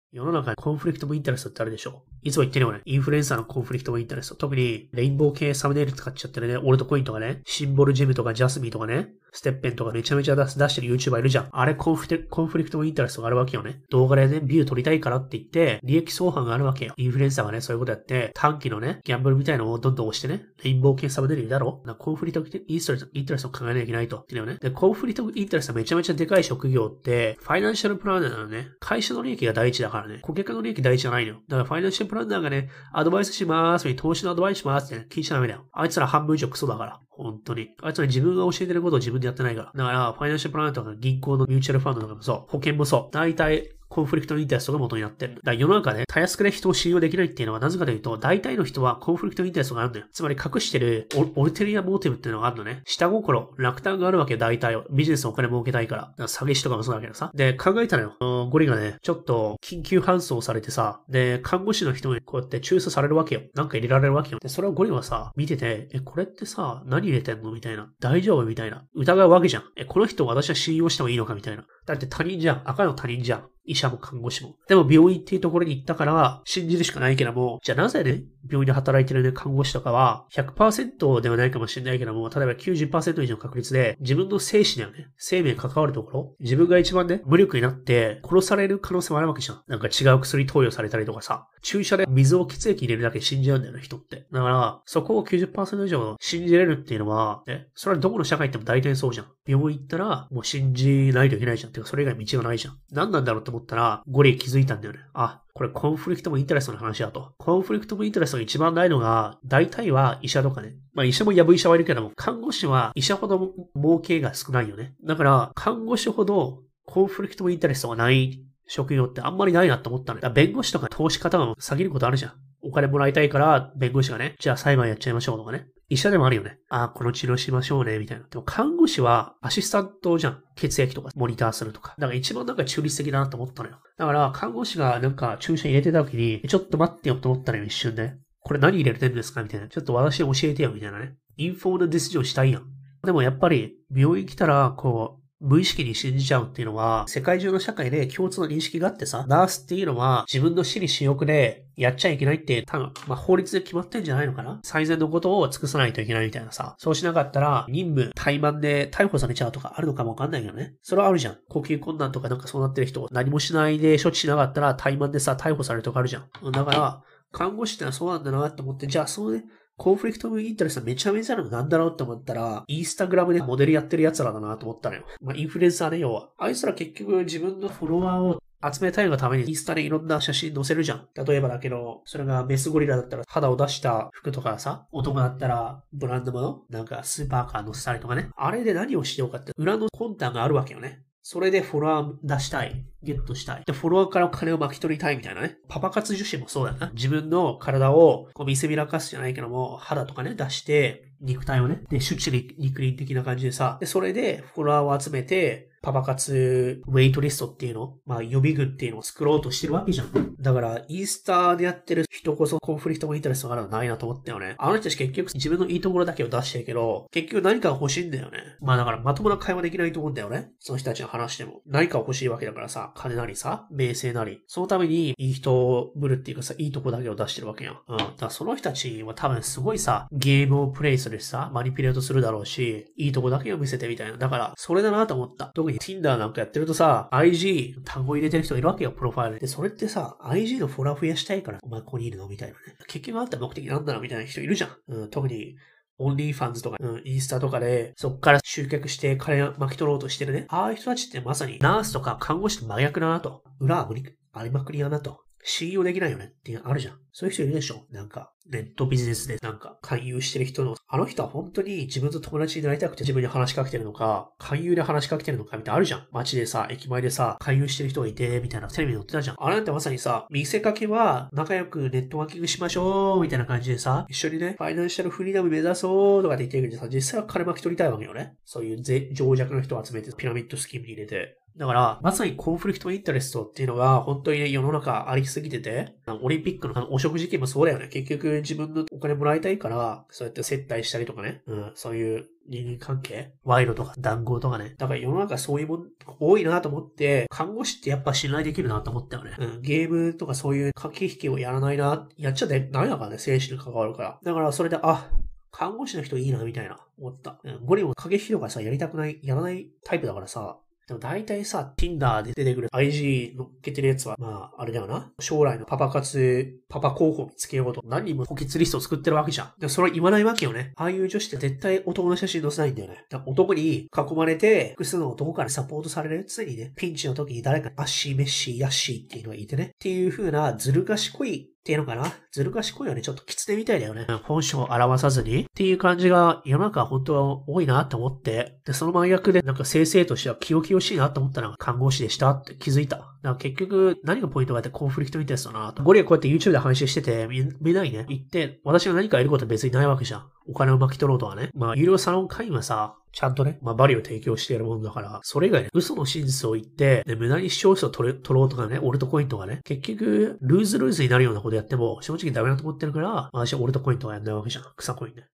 世の中にコンフリクトオブインタレストってあるでしょ。いつも言ってるよね。インフルエンサーのコンフリクトオブインタレスト。特に、レインボー系サムネイル使っちゃってるね。オルトコインとかね。シンボルジムとかジャスミーとかね。ステッペンとかめちゃめちゃ出してる YouTuber いるじゃん。あれコンフリクトオブインタレストがあるわけよね。動画でね、ビュー取りたいからって言って、利益相反があるわけよ。インフルエンサーがね、そういうことやって、短期のね、ギャンブルみたいなのをどんどん押してね。レインボー系サムネイルだろ。コンフリクトオブインタレストを考えなきゃいけないと。っていうね。で、コンフリクトオブインタレストめちゃめちゃでかい職業って、ファイナンシャルプランナーなのね。会社の利益が第一だからね。顧客の利益第一じゃないのよ。だからファイナンシャルプランナーがね、アドバイスしまーす。投資のアドバイスしますって、ね、聞いちゃダメだよ。あいつら半分以上クソだから。本当に。あいつら自分が教えてることを自分でやってないから。だから、ファイナンシャルプランナーとか銀行のミューチャルファンドとかもそう。保険もそう。大体、コンフリクトインタレストが元になってる。だから世の中で、たやすくで人を信用できないっていうのはなぜかというと、大体の人はコンフリクトインタレストがあるんだよ。つまり隠してるオルテリアモーティブっていうのがあるのね。下心、落胆があるわけよ、大体は。ビジネスのお金儲けたいから。だから詐欺師とかもそうだけどさ。で、考えたのよ。ゴリがね、ちょっと緊急搬送されてさ、で、看護師の人にこうやって注射されるわけよ。なんか入れられるわけよ。で、それをゴリはさ、見てて、これってさ、何入れてんのみたいな。大丈夫みたいな。疑うわけじゃん。この人を私は信用してもいいのかみたいな。だって他人じゃん。赤の他人じゃん。医者も看護師も。でも病院っていうところに行ったから信じるしかないけども、じゃあなぜね、病院で働いてるね、看護師とかは 100% ではないかもしれないけども、例えば 90% 以上の確率で自分の生死だよね、生命に関わるところ、自分が一番ね、無力になって殺される可能性もあるわけじゃん。なんか違う薬投与されたりとかさ、注射で水を血液入れるだけ死んじゃうんだよね、人って。だから、そこを 90% 以上信じれるっていうのは、それはどこの社会行っても大体そうじゃん。病院行ったら、もう信じないといけないじゃん。てか、それ以外道がないじゃん。何なんだろうって思ったら、ゴリ気づいたんだよね。あ、これコンフリクトもインタレストの話だと。コンフリクトもインタレストが一番ないのが、大体は医者とかね。まあ医者もやぶ医者はいるけども、看護師は医者ほど儲けが少ないよね。だから、看護師ほどコンフリクトもインタレストがない職業ってあんまりないなって思ったの。だから弁護士とか投資家とかも詐欺ることあるじゃん。お金もらいたいから、弁護士がね、じゃあ裁判やっちゃいましょうとかね。医者でもあるよね。あ、この治療しましょうね、みたいな。でも看護師はアシスタントじゃん。血液とかモニターするとか。だから一番なんか中立的だなと思ったのよ。だから看護師がなんか注射入れてた時に、ちょっと待ってよと思ったのよ、一瞬で。これ何入れてるんですかみたいな。ちょっと私に教えてよ、みたいなね。インフォーのディシジョンしたいやん。でもやっぱり、病院来たら、無意識に信じちゃうっていうのは、世界中の社会で共通の認識があってさ、ナースっていうのは自分の私利私欲でやっちゃいけないって多分、法律で決まってんじゃないのかな。最善のことを尽くさないといけないみたいなさ。そうしなかったら、任務、怠慢で逮捕されちゃうとかあるのかもわかんないけどね。それはあるじゃん。呼吸困難とかなんかそうなってる人、何もしないで処置しなかったら怠慢でさ、逮捕されるとかあるじゃん。だから、看護師ってのはそうなんだなって思って、じゃあそうね、コンフリクトオブインタレストめちゃめちゃなのなんだろうって思ったら、インスタグラムでモデルやってる奴らだなと思ったのよ。インフルエンサーね、要は。あいつら結局自分のフォロワーを集めたいがためにインスタでいろんな写真載せるじゃん。例えばだけど、それがメスゴリラだったら肌を出した服とかさ、男だったらブランド物なんかスーパーカー載せたりとかね。あれで何をしようかって裏の魂胆があるわけよね。それでフォロワー出したい。ゲットしたい。で、フォロワーからお金を巻き取りたいみたいなね。パパ活女子もそうだよな。自分の体を見せびらかすじゃないけども、肌とかね、出して、肉体をね。で、手術肉林的な感じでさ。で、それでフォロワーを集めて、パパ活ウェイトリストっていうの、予備軍っていうのを作ろうとしてるわけじゃん。だから、インスタでやってる人こそコンフリクトもインタレストがあるのはないなと思ったよね。あの人たち結局自分のいいところだけを出してるけど、結局何かが欲しいんだよね。だからまともな会話できないと思うんだよね。その人たちの話しても。何か欲しいわけだからさ、金なりさ、名声なり。そのためにいい人をぶるっていうかさ、いいとこだけを出してるわけやん。だからその人たちは多分すごいさ、ゲームをプレイするしさ、マニピュレートするだろうし、いいとこだけを見せてみたいな。だから、それだなと思った。特に Tinder なんかやってるとさ、IG 単語入れてる人いるわけよ、プロファイルで。それってさ、IG のフォロワー増やしたいから、お前ここにいるのみたいなね。結局あった目的なんだろうみたいな人いるじゃん。特に、オンリーファンズとか、インスタとかで、そっから集客して金を巻き取ろうとしてるね。ああいう人たちってまさに、ナースとか看護師と真逆だなと。裏は無理、ありまくりだなと。信用できないよねっていうのあるじゃん。そういう人いるでしょ。なんか、ネットビジネスでなんか勧誘してる人の、あの人は本当に自分と友達になりたくて自分に話しかけてるのか、勧誘で話しかけてるのかみたいなあるじゃん。街でさ、駅前でさ、勧誘してる人がいて、みたいなテレビに載ってたじゃん。あれなんてまさにさ、見せかけは仲良くネットワーキングしましょうみたいな感じでさ、一緒にね、ファイナンシャルフリーダム目指そうとかって言ってるけどさ、実際は金巻き取りたいわけよね。そういう情弱の人を集めてピラミッドスキームに入れて。だから、まさにコンフリクトインタレストっていうのが本当にね、世の中ありすぎてて、オリンピックのお食事件もそうだよね。結局自分のお金もらいたいから、そうやって接待したりとかね。そういう人間関係賄賂とか談合とかね。だから世の中そういうもん多いなと思って、看護師ってやっぱ信頼できるなと思ったよね。ゲームとかそういう駆け引きをやらないな、やっちゃダメだからね、生死に関わるから。だからそれで、看護師の人いいな、みたいな、思った。ゴリも駆け引きとかさ、やらないタイプだからさ、でも大体さ、Tinder で出てくる IG 乗っけてるやつは、あれだよな。将来のパパ候補を見つけようと何人も補欠リストを作ってるわけじゃん。でもそれは言わないわけよね。ああいう女子って絶対男の写真載せないんだよね。だから男に囲まれて、複数の男からサポートされる常にね、ピンチの時に誰かアッシー、メッシー、ヤッシーっていうのがいてね。っていう風なずる賢いっていうのかな。ずる賢いよね。ちょっと狐みたいだよね。本性を表さずに。っていう感じが世の中は本当は多いなって思って。で、その真逆でなんか先生としては清々しいなって思ったのが看護師でしたって気づいた。だから結局何がポイントかってコンフリクトインテレストだなと。ゴリはこうやって YouTube で配信してて、みんなにね、言って、私が何か得ることは別にないわけじゃん。お金を巻き取ろうとはね。有料サロン会員はさ、ちゃんとね、バリを提供しているもんだから、それ以外ね、嘘の真実を言って、無駄に視聴者を取ろうとかね、オルトコインとかね、結局、ルーズになるようなことやっても、正直ダメだと思ってるから、私はオルトコインとかやんないわけじゃん。草コインね。